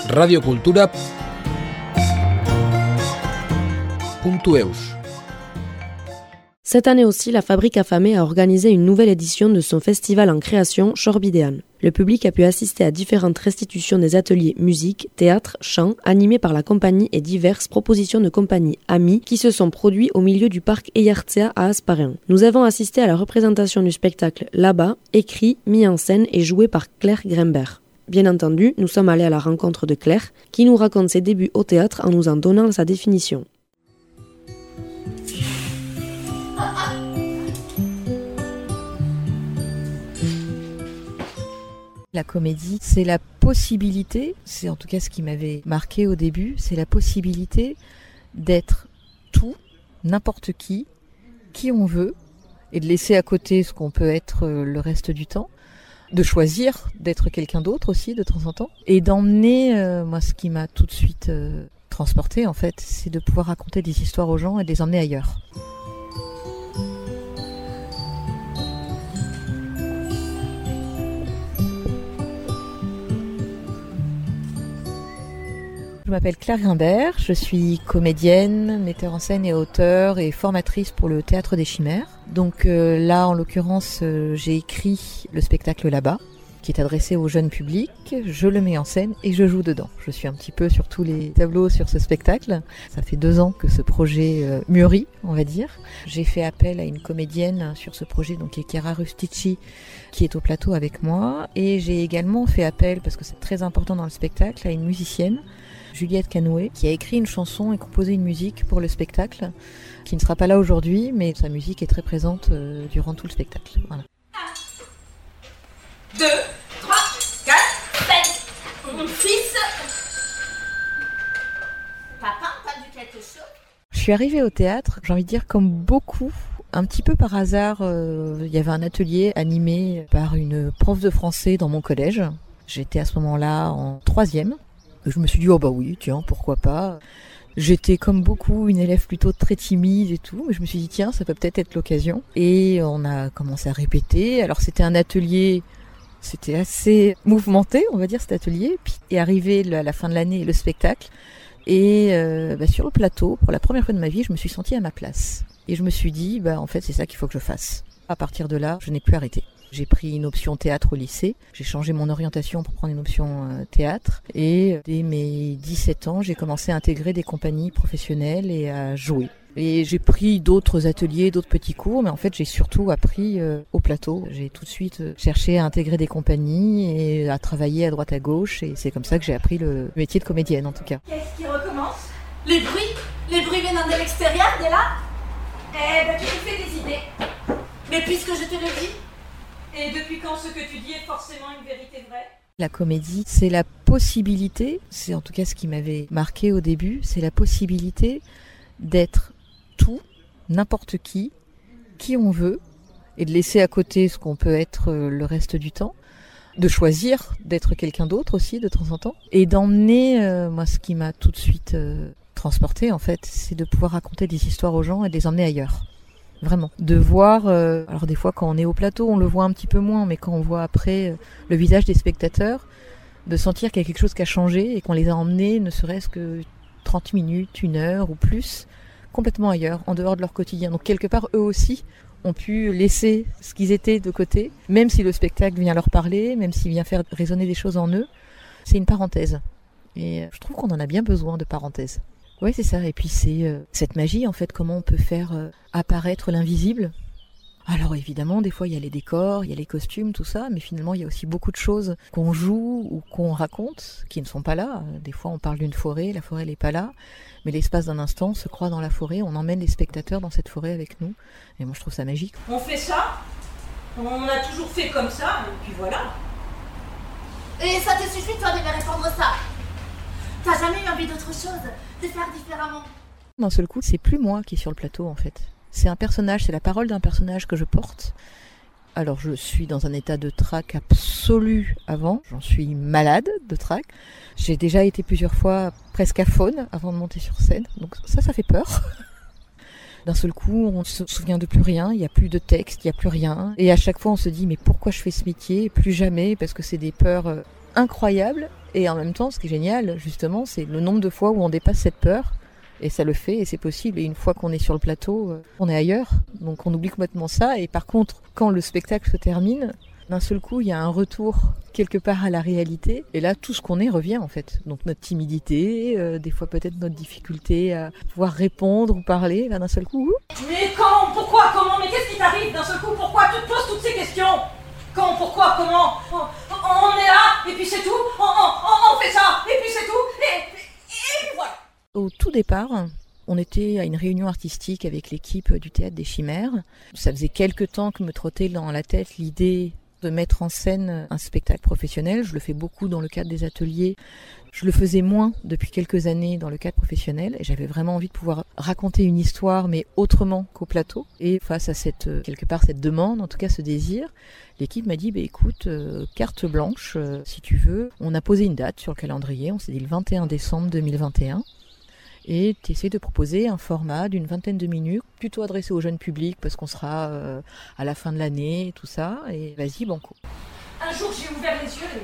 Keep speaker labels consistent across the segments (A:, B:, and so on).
A: radiocultura.eus.
B: Cette année aussi, la Fabrique Affamée a organisé une nouvelle édition de son festival en création Chorbidéan. Le public a pu assister à différentes restitutions des ateliers musique, théâtre, chant, animés par la compagnie et diverses propositions de compagnies amies qui se sont produits au milieu du parc Eyartzea à Hasparren. Nous avons assisté à la représentation du spectacle Là-bas, écrit, mis en scène et joué par Claire Grimbert. Bien entendu, nous sommes allés à la rencontre de Claire, qui nous raconte ses débuts au théâtre en nous en donnant sa définition.
C: La comédie, c'est la possibilité, c'est en tout cas ce qui m'avait marqué au début, c'est la possibilité d'être tout, n'importe qui on veut, et de laisser à côté ce qu'on peut être le reste du temps, de choisir d'être quelqu'un d'autre aussi de temps en temps, et d'emmener, moi ce qui m'a tout de suite transporté en fait, c'est de pouvoir raconter des histoires aux gens et de les emmener ailleurs. Je m'appelle Claire Grimbert, je suis comédienne, metteur en scène et auteure et formatrice pour le Théâtre des Chimères. Donc là, en l'occurrence, j'ai écrit le spectacle Là-bas, qui est adressé au jeune public. Je le mets en scène et je joue dedans. Je suis un petit peu sur tous les tableaux sur ce spectacle. Ça fait 2 ans que ce projet mûrit, on va dire. J'ai fait appel à une comédienne sur ce projet, donc qui est Chiara Rustici, qui est au plateau avec moi. Et j'ai également fait appel, parce que c'est très important dans le spectacle, à une musicienne, Juliette Canoué, qui a écrit une chanson et composé une musique pour le spectacle, qui ne sera pas là aujourd'hui, mais sa musique est très présente durant tout le spectacle. Voilà.
D: 1, 2, 3, 4, 5. Mon fils. Papa, t'as vu quelque chose?
C: Je suis arrivée au théâtre, j'ai envie de dire comme beaucoup, un petit peu par hasard. Il y avait un atelier animé par une prof de français dans mon collège. J'étais à ce moment-là en 3e. Je me suis dit, oh bah oui, tiens, pourquoi pas. J'étais comme beaucoup une élève plutôt très timide et tout, mais je me suis dit, tiens, ça peut peut-être être l'occasion. Et on a commencé à répéter. Alors c'était un atelier, c'était assez mouvementé, on va dire, cet atelier. Puis est arrivé à la fin de l'année le spectacle. Et sur le plateau, pour la première fois de ma vie, je me suis sentie à ma place. Et je me suis dit, en fait, c'est ça qu'il faut que je fasse. À partir de là, je n'ai plus arrêté. J'ai pris une option théâtre au lycée. J'ai changé mon orientation pour prendre une option théâtre. Et dès mes 17 ans, j'ai commencé à intégrer des compagnies professionnelles et à jouer. Et j'ai pris d'autres ateliers, d'autres petits cours, mais en fait, j'ai surtout appris au plateau. J'ai tout de suite cherché à intégrer des compagnies et à travailler à droite à gauche. Et c'est comme ça que j'ai appris le métier de comédienne, en tout cas.
D: Qu'est-ce qui recommence? Les bruits viennent de l'extérieur, dès là? Tu te fais des idées. Mais puisque je te le dis, et depuis quand ce que tu dis est forcément une vérité vraie?
C: La comédie, c'est la possibilité, c'est en tout cas ce qui m'avait marqué au début, c'est la possibilité d'être tout, n'importe qui on veut, et de laisser à côté ce qu'on peut être le reste du temps, de choisir d'être quelqu'un d'autre aussi de temps en temps, et d'emmener, moi ce qui m'a tout de suite transporté en fait, c'est de pouvoir raconter des histoires aux gens et de les emmener ailleurs. Vraiment. De voir, alors des fois quand on est au plateau, on le voit un petit peu moins, mais quand on voit après le visage des spectateurs, de sentir qu'il y a quelque chose qui a changé et qu'on les a emmenés, ne serait-ce que 30 minutes, 1 heure ou plus, complètement ailleurs, en dehors de leur quotidien. Donc quelque part, eux aussi ont pu laisser ce qu'ils étaient de côté, même si le spectacle vient leur parler, même s'il vient faire résonner des choses en eux. C'est une parenthèse. Et je trouve qu'on en a bien besoin de parenthèses. Oui, c'est ça. Et puis c'est cette magie, en fait, comment on peut faire apparaître l'invisible. Alors évidemment, des fois, il y a les décors, il y a les costumes, tout ça, mais finalement, il y a aussi beaucoup de choses qu'on joue ou qu'on raconte qui ne sont pas là. Des fois, on parle d'une forêt, la forêt, elle n'est pas là, mais l'espace d'un instant se croise dans la forêt, on emmène les spectateurs dans cette forêt avec nous. Et moi, je trouve ça magique.
D: On fait ça, on a toujours fait comme ça, et puis voilà. Et ça te suffit, toi, de me répondre ça? T'as jamais eu envie d'autre chose, de faire différemment?
C: D'un seul coup, c'est plus moi qui est sur le plateau en fait. C'est un personnage, c'est la parole d'un personnage que je porte. Alors je suis dans un état de trac absolu avant, j'en suis malade de trac. J'ai déjà été plusieurs fois presque aphone avant de monter sur scène, donc ça fait peur. D'un seul coup, on ne se souvient de plus rien, il n'y a plus de texte, il n'y a plus rien. Et à chaque fois, on se dit, mais pourquoi je fais ce métier? Plus jamais, parce que c'est des peurs incroyable. Et en même temps, ce qui est génial, justement, c'est le nombre de fois où on dépasse cette peur. Et ça le fait, et c'est possible. Et une fois qu'on est sur le plateau, on est ailleurs. Donc on oublie complètement ça. Et par contre, quand le spectacle se termine, d'un seul coup, il y a un retour quelque part à la réalité. Et là, tout ce qu'on est revient en fait. Donc notre timidité, des fois peut-être notre difficulté à pouvoir répondre ou parler. Là, d'un seul coup...
D: Mais quand, pourquoi, comment, mais qu'est-ce qui t'arrive d'un seul coup? Pourquoi tu te poses toutes ces questions? Quand, pourquoi, comment? On est là, et puis c'est tout. On fait ça, et puis c'est tout. Et puis voilà.
C: Au tout départ, on était à une réunion artistique avec l'équipe du Théâtre des Chimères. Ça faisait quelques temps que me trottait dans la tête l'idée de mettre en scène un spectacle professionnel. Je le fais beaucoup dans le cadre des ateliers. Je le faisais moins depuis quelques années dans le cadre professionnel. Et j'avais vraiment envie de pouvoir raconter une histoire, mais autrement qu'au plateau. Et face à cette demande, en tout cas ce désir, l'équipe m'a dit, écoute, carte blanche, si tu veux. On a posé une date sur le calendrier. On s'est dit le 21 décembre 2021. Et tu essaies de proposer un format d'une 20aine de minutes, plutôt adressé au jeune public, parce qu'on sera à la fin de l'année, tout ça, et vas-y, banco.
D: Un jour, j'ai ouvert les yeux,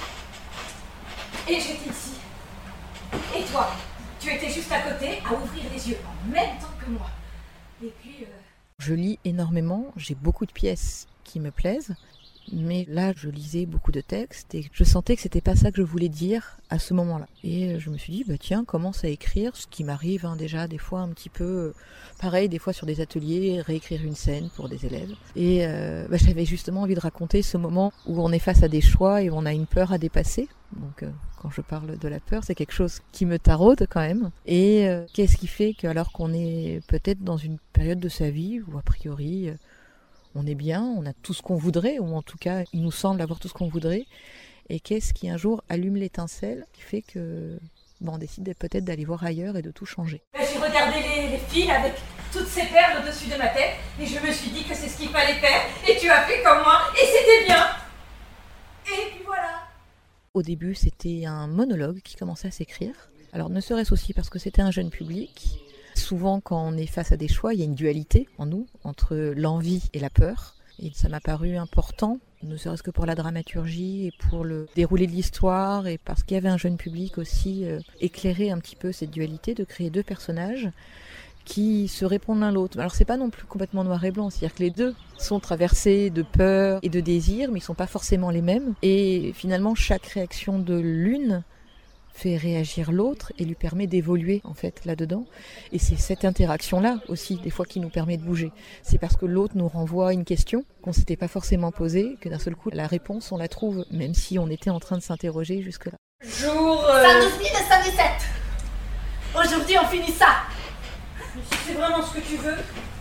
D: et j'étais ici. Et toi, tu étais juste à côté, à ouvrir les yeux, en même temps que moi. Et puis...
C: Je lis énormément, j'ai beaucoup de pièces qui me plaisent, mais là, je lisais beaucoup de textes et je sentais que c'était pas ça que je voulais dire à ce moment-là. Et je me suis dit, tiens, commence à écrire, ce qui m'arrive déjà des fois un petit peu, pareil, des fois sur des ateliers, réécrire une scène pour des élèves. Et j'avais justement envie de raconter ce moment où on est face à des choix et où on a une peur à dépasser. Donc quand je parle de la peur, c'est quelque chose qui me taraude quand même. Et qu'est-ce qui fait qu'alors qu'on est peut-être dans une période de sa vie où a priori... on est bien, on a tout ce qu'on voudrait, ou en tout cas, il nous semble avoir tout ce qu'on voudrait. Et qu'est-ce qui un jour allume l'étincelle qui fait que on décide peut-être d'aller voir ailleurs et de tout changer.
D: J'ai regardé les fils avec toutes ces perles au-dessus de ma tête et je me suis dit que c'est ce qu'il fallait faire et tu as fait comme moi et c'était bien. Et puis voilà.
C: Au début, c'était un monologue qui commençait à s'écrire. Alors ne serait-ce aussi parce que c'était un jeune public. Souvent, quand on est face à des choix, il y a une dualité en nous, entre l'envie et la peur. Et ça m'a paru important, ne serait-ce que pour la dramaturgie et pour le déroulé de l'histoire, et parce qu'il y avait un jeune public aussi, éclairer un petit peu cette dualité, de créer deux personnages qui se répondent l'un l'autre. Alors c'est pas non plus complètement noir et blanc, c'est-à-dire que les deux sont traversés de peur et de désir, mais ils sont pas forcément les mêmes. Et finalement, chaque réaction de l'une fait réagir l'autre et lui permet d'évoluer en fait là-dedans. Et c'est cette interaction-là aussi des fois qui nous permet de bouger. C'est parce que l'autre nous renvoie une question qu'on ne s'était pas forcément posée que d'un seul coup la réponse on la trouve, même si on était en train de s'interroger jusque-là.
D: Jour 112 117. Aujourd'hui on finit ça. Si c'est vraiment ce que tu veux.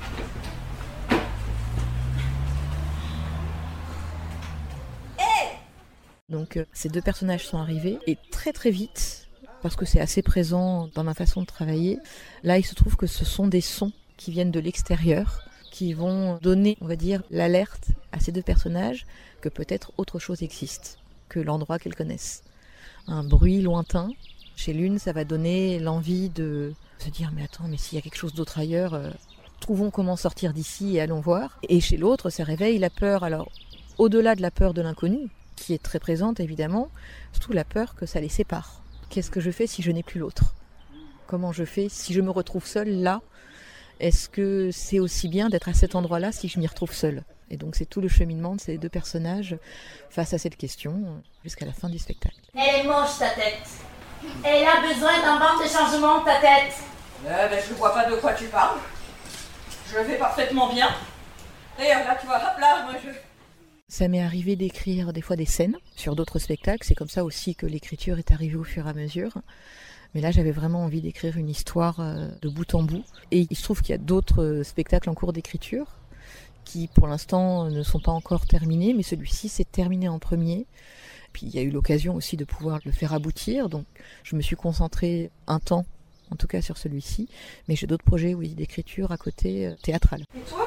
C: Donc ces deux personnages sont arrivés et très très vite, parce que c'est assez présent dans ma façon de travailler, là il se trouve que ce sont des sons qui viennent de l'extérieur, qui vont donner, on va dire, l'alerte à ces deux personnages que peut-être autre chose existe que l'endroit qu'elles connaissent. Un bruit lointain, chez l'une ça va donner l'envie de se dire mais attends, mais s'il y a quelque chose d'autre ailleurs, trouvons comment sortir d'ici et allons voir. Et chez l'autre ça réveille la peur, alors au-delà de la peur de l'inconnu, qui est très présente évidemment, surtout la peur que ça les sépare. Qu'est-ce que je fais si je n'ai plus l'autre ? Comment je fais si je me retrouve seule là ? Est-ce que c'est aussi bien d'être à cet endroit-là si je m'y retrouve seule ? Et donc c'est tout le cheminement de ces deux personnages face à cette question jusqu'à la fin du spectacle.
D: Elle est moche ta tête. Elle a besoin d'un banc de changement ta tête. Je ne vois pas de quoi tu parles. Je le fais parfaitement bien. D'ailleurs là tu vois, hop là, moi je...
C: Ça m'est arrivé d'écrire des fois des scènes sur d'autres spectacles. C'est comme ça aussi que l'écriture est arrivée au fur et à mesure. Mais là, j'avais vraiment envie d'écrire une histoire de bout en bout. Et il se trouve qu'il y a d'autres spectacles en cours d'écriture qui, pour l'instant, ne sont pas encore terminés. Mais celui-ci s'est terminé en premier. Puis il y a eu l'occasion aussi de pouvoir le faire aboutir. Donc je me suis concentrée un temps, en tout cas sur celui-ci. Mais j'ai d'autres projets, oui, d'écriture à côté théâtrale.
D: Et toi,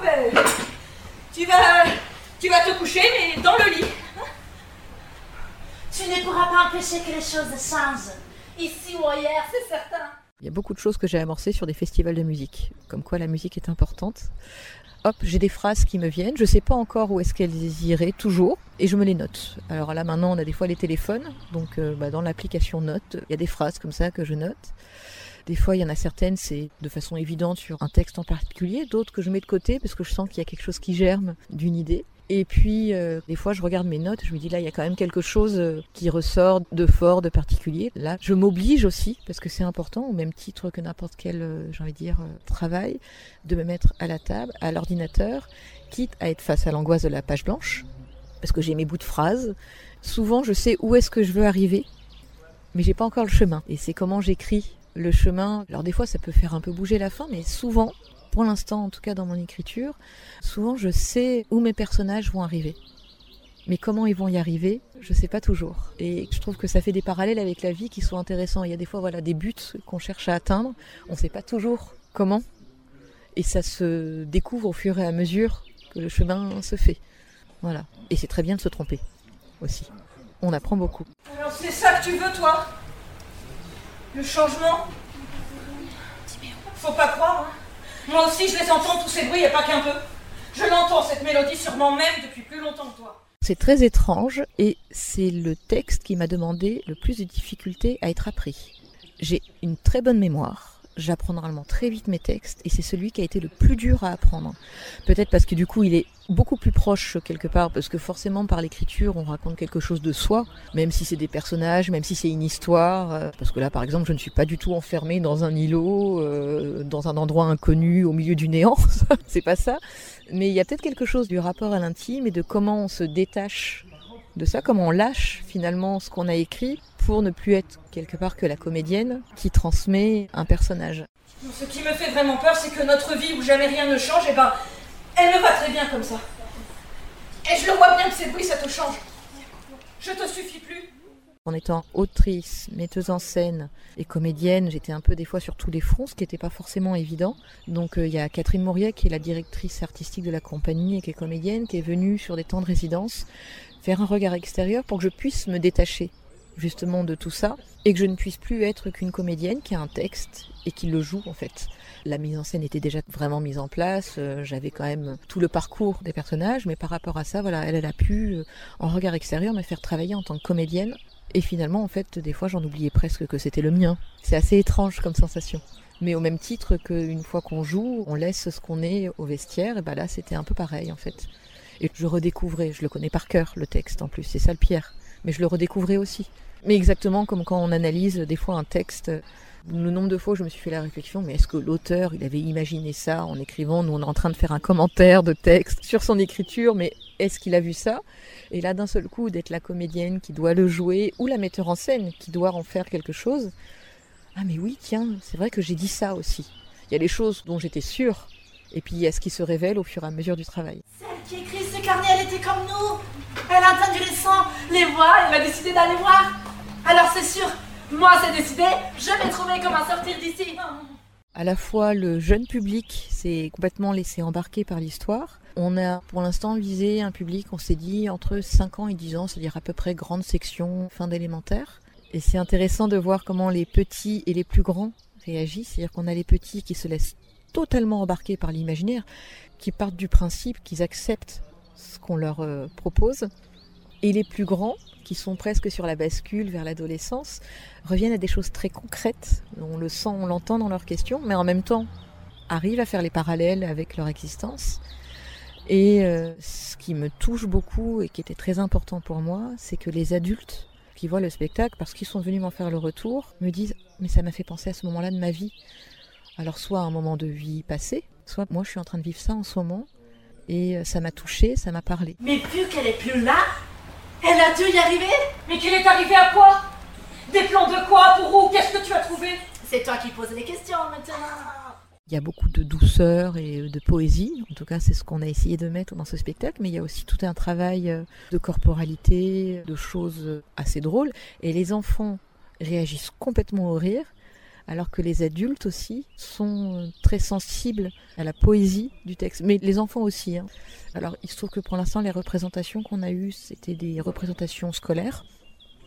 D: tu vas te coucher, mais dans le lit. Tu ne pourras pas empêcher que les choses changent. Ici ou ailleurs, c'est certain.
C: Il y a beaucoup de choses que j'ai amorcées sur des festivals de musique, comme quoi la musique est importante. Hop, j'ai des phrases qui me viennent, je ne sais pas encore où est-ce qu'elles iraient toujours, et je me les note. Alors là maintenant on a des fois les téléphones, donc dans l'application Notes, il y a des phrases comme ça que je note. Des fois il y en a certaines, c'est de façon évidente sur un texte en particulier, d'autres que je mets de côté parce que je sens qu'il y a quelque chose qui germe d'une idée. Et puis, des fois, je regarde mes notes, je me dis là, il y a quand même quelque chose qui ressort de fort, de particulier. Là, je m'oblige aussi, parce que c'est important, au même titre que n'importe quel, travail, de me mettre à la table, à l'ordinateur, quitte à être face à l'angoisse de la page blanche, parce que j'ai mes bouts de phrases. Souvent, je sais où est-ce que je veux arriver, mais j'ai pas encore le chemin. Et c'est comment j'écris le chemin. Alors des fois, ça peut faire un peu bouger la fin, mais souvent, pour l'instant, en tout cas dans mon écriture, souvent je sais où mes personnages vont arriver. Mais comment ils vont y arriver, je ne sais pas toujours. Et je trouve que ça fait des parallèles avec la vie qui sont intéressants. Il y a des fois des buts qu'on cherche à atteindre, on ne sait pas toujours comment. Et ça se découvre au fur et à mesure que le chemin se fait. Voilà. Et c'est très bien de se tromper aussi. On apprend beaucoup.
D: Alors c'est ça que tu veux, toi ? Le changement ? Faut pas croire, hein. Moi aussi, je les entends, tous ces bruits, et pas qu'un peu. Je l'entends, cette mélodie, sûrement même depuis plus longtemps que toi.
C: C'est très étrange, et c'est le texte qui m'a demandé le plus de difficultés à être appris. J'ai une très bonne mémoire, j'apprends normalement très vite mes textes, et c'est celui qui a été le plus dur à apprendre. Peut-être parce que du coup, il est beaucoup plus proche quelque part, parce que forcément, par l'écriture, on raconte quelque chose de soi, même si c'est des personnages, même si c'est une histoire. Parce que là, par exemple, je ne suis pas du tout enfermée dans un îlot, dans un endroit inconnu, au milieu du néant. C'est pas ça. Mais il y a peut-être quelque chose du rapport à l'intime et de comment on se détache de ça, comment on lâche finalement ce qu'on a écrit pour ne plus être quelque part que la comédienne qui transmet un personnage.
D: Ce qui me fait vraiment peur, c'est que notre vie où jamais rien ne change, elle me va très bien comme ça. Et je le vois bien que ces bruits, ça te change. Je te suffis plus.
C: En étant autrice, metteuse en scène et comédienne, j'étais un peu des fois sur tous les fronts, ce qui n'était pas forcément évident. Donc il y a Catherine Mouriet, qui est la directrice artistique de la compagnie et qui est comédienne, qui est venue sur des temps de résidence faire un regard extérieur pour que je puisse me détacher justement de tout ça et que je ne puisse plus être qu'une comédienne qui a un texte et qui le joue en fait. La mise en scène était déjà vraiment mise en place, j'avais quand même tout le parcours des personnages, mais par rapport à ça, voilà, elle a pu, en regard extérieur, me faire travailler en tant que comédienne. Et finalement, en fait, des fois, j'en oubliais presque que c'était le mien. C'est assez étrange comme sensation. Mais au même titre qu'une fois qu'on joue, on laisse ce qu'on est au vestiaire, et ben là, c'était un peu pareil, en fait. Et je redécouvrais, je le connais par cœur, le texte en plus, c'est ça le pire. Mais je le redécouvrais aussi. Mais exactement comme quand on analyse des fois un texte, le nombre de fois où je me suis fait la réflexion, mais est-ce que l'auteur, il avait imaginé ça en écrivant ? Nous, on est en train de faire un commentaire de texte sur son écriture, mais est-ce qu'il a vu ça ? Et là, d'un seul coup, d'être la comédienne qui doit le jouer, ou la metteur en scène qui doit en faire quelque chose. Ah mais oui, tiens, c'est vrai que j'ai dit ça aussi. Il y a des choses dont j'étais sûre, et puis il y a ce qui se révèle au fur et à mesure du travail.
D: Celle qui écrit ce carnet, elle était comme nous. Elle a entendu les sons, les voix, elle a décidé d'aller voir. Alors c'est sûr, moi c'est décidé, je vais trouver comment sortir d'ici.
C: À la fois le jeune public s'est complètement laissé embarquer par l'histoire. On a pour l'instant visé un public, on s'est dit, entre 5 ans et 10 ans, c'est-à-dire à peu près grande section, fin d'élémentaire. Et c'est intéressant de voir comment les petits et les plus grands réagissent. C'est-à-dire qu'on a les petits qui se laissent totalement embarquer par l'imaginaire, qui partent du principe qu'ils acceptent ce qu'on leur propose. Et les plus grands, qui sont presque sur la bascule vers l'adolescence, reviennent à des choses très concrètes. On le sent, on l'entend dans leurs questions, mais en même temps arrivent à faire les parallèles avec leur existence. Et ce qui me touche beaucoup et qui était très important pour moi, c'est que les adultes qui voient le spectacle, parce qu'ils sont venus m'en faire le retour, me disent « mais ça m'a fait penser à ce moment-là de ma vie ». Alors soit à un moment de vie passé, soit moi je suis en train de vivre ça en ce moment, et ça m'a touchée, ça m'a parlé.
D: Mais vu qu'elle est plus là, elle a dû y arriver. Mais qu'il est arrivé à quoi? Des plans de quoi? Pour où? Qu'est-ce que tu as trouvé? C'est toi qui poses les questions maintenant.
C: Il y a beaucoup de douceur et de poésie, en tout cas c'est ce qu'on a essayé de mettre dans ce spectacle, mais il y a aussi tout un travail de corporalité, de choses assez drôles, et les enfants réagissent complètement au rire, alors que les adultes aussi sont très sensibles à la poésie du texte, mais les enfants aussi. Alors il se trouve que pour l'instant les représentations qu'on a eues, c'était des représentations scolaires,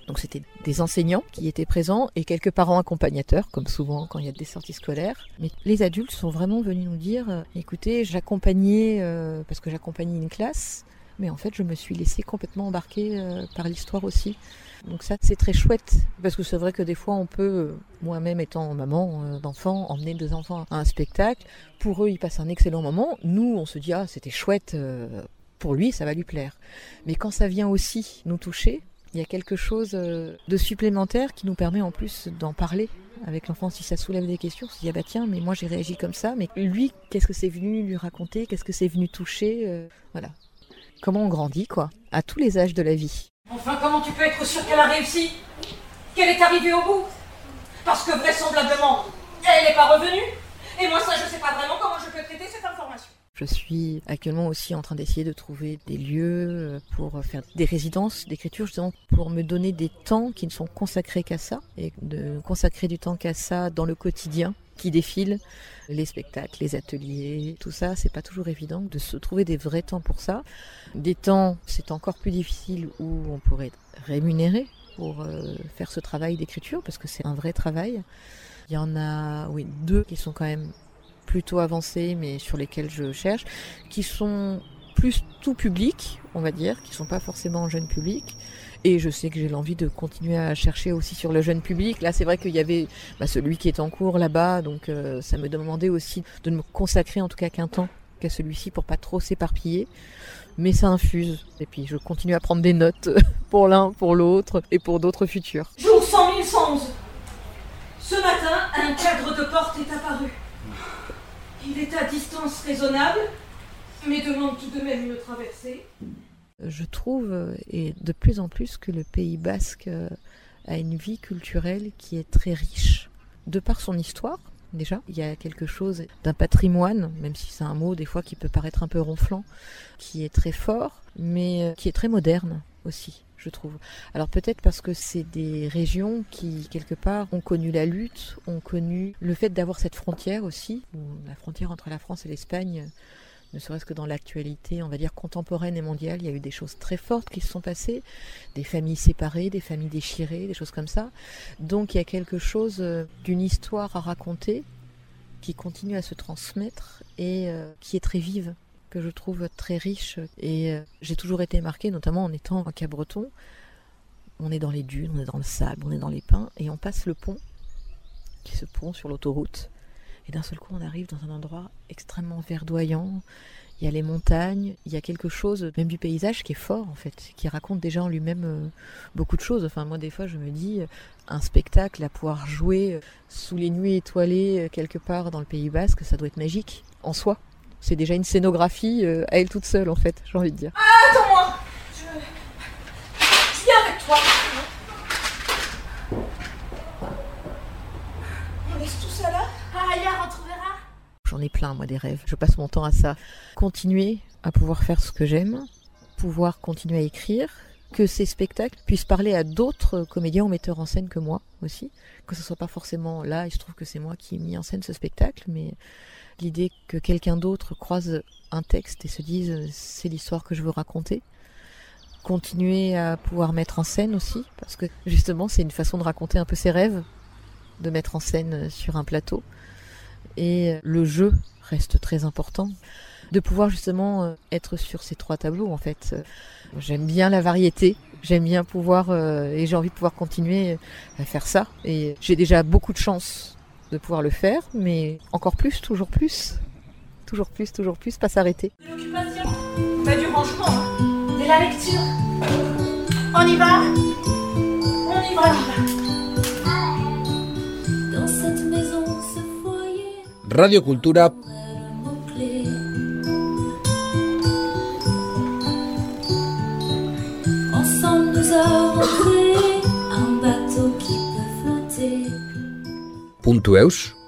C: Donc c'était des enseignants qui étaient présents et quelques parents accompagnateurs, comme souvent quand il y a des sorties scolaires. Mais les adultes sont vraiment venus nous dire écoutez, j'accompagnais, parce que j'accompagnais une classe, mais en fait je me suis laissée complètement embarquer par l'histoire aussi. Donc ça c'est très chouette, parce que c'est vrai que des fois on peut, moi-même étant maman d'enfants, emmener deux enfants à un spectacle. Pour eux ils passent un excellent moment, nous on se dit c'était chouette, pour lui ça va lui plaire. Mais quand ça vient aussi nous toucher, il y a quelque chose de supplémentaire qui nous permet en plus d'en parler avec l'enfant. Si ça soulève des questions, on se dit tiens, mais moi j'ai réagi comme ça, mais lui, qu'est-ce que c'est venu lui raconter, qu'est-ce que c'est venu toucher, voilà. Comment on grandit, quoi, à tous les âges de la vie.
D: Enfin, comment tu peux être sûr qu'elle a réussi, qu'elle est arrivée au bout? Parce que vraisemblablement, elle n'est pas revenue. Et moi ça, je sais pas vraiment comment je peux traiter cette information.
C: Je suis actuellement aussi en train d'essayer de trouver des lieux pour faire des résidences d'écriture, justement pour me donner des temps qui ne sont consacrés qu'à ça, et de consacrer du temps qu'à ça dans le quotidien qui défile, les spectacles, les ateliers, tout ça, c'est pas toujours évident de se trouver des vrais temps pour ça. Des temps, c'est encore plus difficile où on pourrait être rémunéré pour faire ce travail d'écriture, parce que c'est un vrai travail. Il y en a deux qui sont quand même plutôt avancés, mais sur lesquels je cherche, qui sont plus tout public, on va dire, qui sont pas forcément jeune public. Et je sais que j'ai l'envie de continuer à chercher aussi sur le jeune public. Là, c'est vrai qu'il y avait celui qui est en cours là-bas, donc ça me demandait aussi de me consacrer en tout cas qu'un temps qu'à celui-ci pour pas trop s'éparpiller. Mais ça infuse. Et puis je continue à prendre des notes pour l'un, pour l'autre et pour d'autres futurs.
D: Jour 100 111. Ce matin, un cadre de porte est apparu. Il est à distance raisonnable, mais demande tout de même une traversée.
C: Je trouve, et de plus en plus, que le Pays basque a une vie culturelle qui est très riche, de par son histoire. Déjà, il y a quelque chose d'un patrimoine, même si c'est un mot des fois qui peut paraître un peu ronflant, qui est très fort, mais qui est très moderne aussi, je trouve. Alors peut-être parce que c'est des régions qui, quelque part, ont connu la lutte, ont connu le fait d'avoir cette frontière aussi, où la frontière entre la France et l'Espagne, ne serait-ce que dans l'actualité, on va dire, contemporaine et mondiale, il y a eu des choses très fortes qui se sont passées, des familles séparées, des familles déchirées, des choses comme ça. Donc il y a quelque chose d'une histoire à raconter qui continue à se transmettre et qui est très vive, que je trouve très riche. Et j'ai toujours été marquée, notamment en étant en Cabreton. On est dans les dunes, on est dans le sable, on est dans les pins, et on passe le pont, qui est ce pont sur l'autoroute. Et d'un seul coup, on arrive dans un endroit extrêmement verdoyant. Il y a les montagnes, il y a quelque chose, même du paysage, qui est fort, en fait, qui raconte déjà en lui-même beaucoup de choses. Enfin, moi, des fois, je me dis, un spectacle à pouvoir jouer sous les nuits étoilées, quelque part dans le Pays basque, ça doit être magique, en soi. C'est déjà une scénographie à elle toute seule, en fait, j'ai envie de dire.
D: Ah, attends-moi, je viens avec toi. On laisse tout ça là. Ailleurs, on trouvera.
C: J'en ai plein, moi, des rêves. Je passe mon temps à ça. Continuer à pouvoir faire ce que j'aime, pouvoir continuer à écrire, que ces spectacles puissent parler à d'autres comédiens ou metteurs en scène que moi aussi, que ce soit pas forcément là, il se trouve que c'est moi qui ai mis en scène ce spectacle, mais l'idée que quelqu'un d'autre croise un texte et se dise c'est l'histoire que je veux raconter. Continuer à pouvoir mettre en scène aussi, parce que justement c'est une façon de raconter un peu ses rêves, de mettre en scène sur un plateau. Et le jeu reste très important. De pouvoir justement être sur ces trois tableaux en fait. J'aime bien la variété, j'aime bien pouvoir, et j'ai envie de pouvoir continuer à faire ça. Et j'ai déjà beaucoup de chance de pouvoir le faire, mais encore plus, toujours plus, pas s'arrêter.
D: De l'occupation, du rangement, de la lecture. On y va.
E: Dans cette maison, ce foyer.
A: Radio Cultura.
E: Ensemble, nous avons créé un bateau qui peut flotter.
A: .eus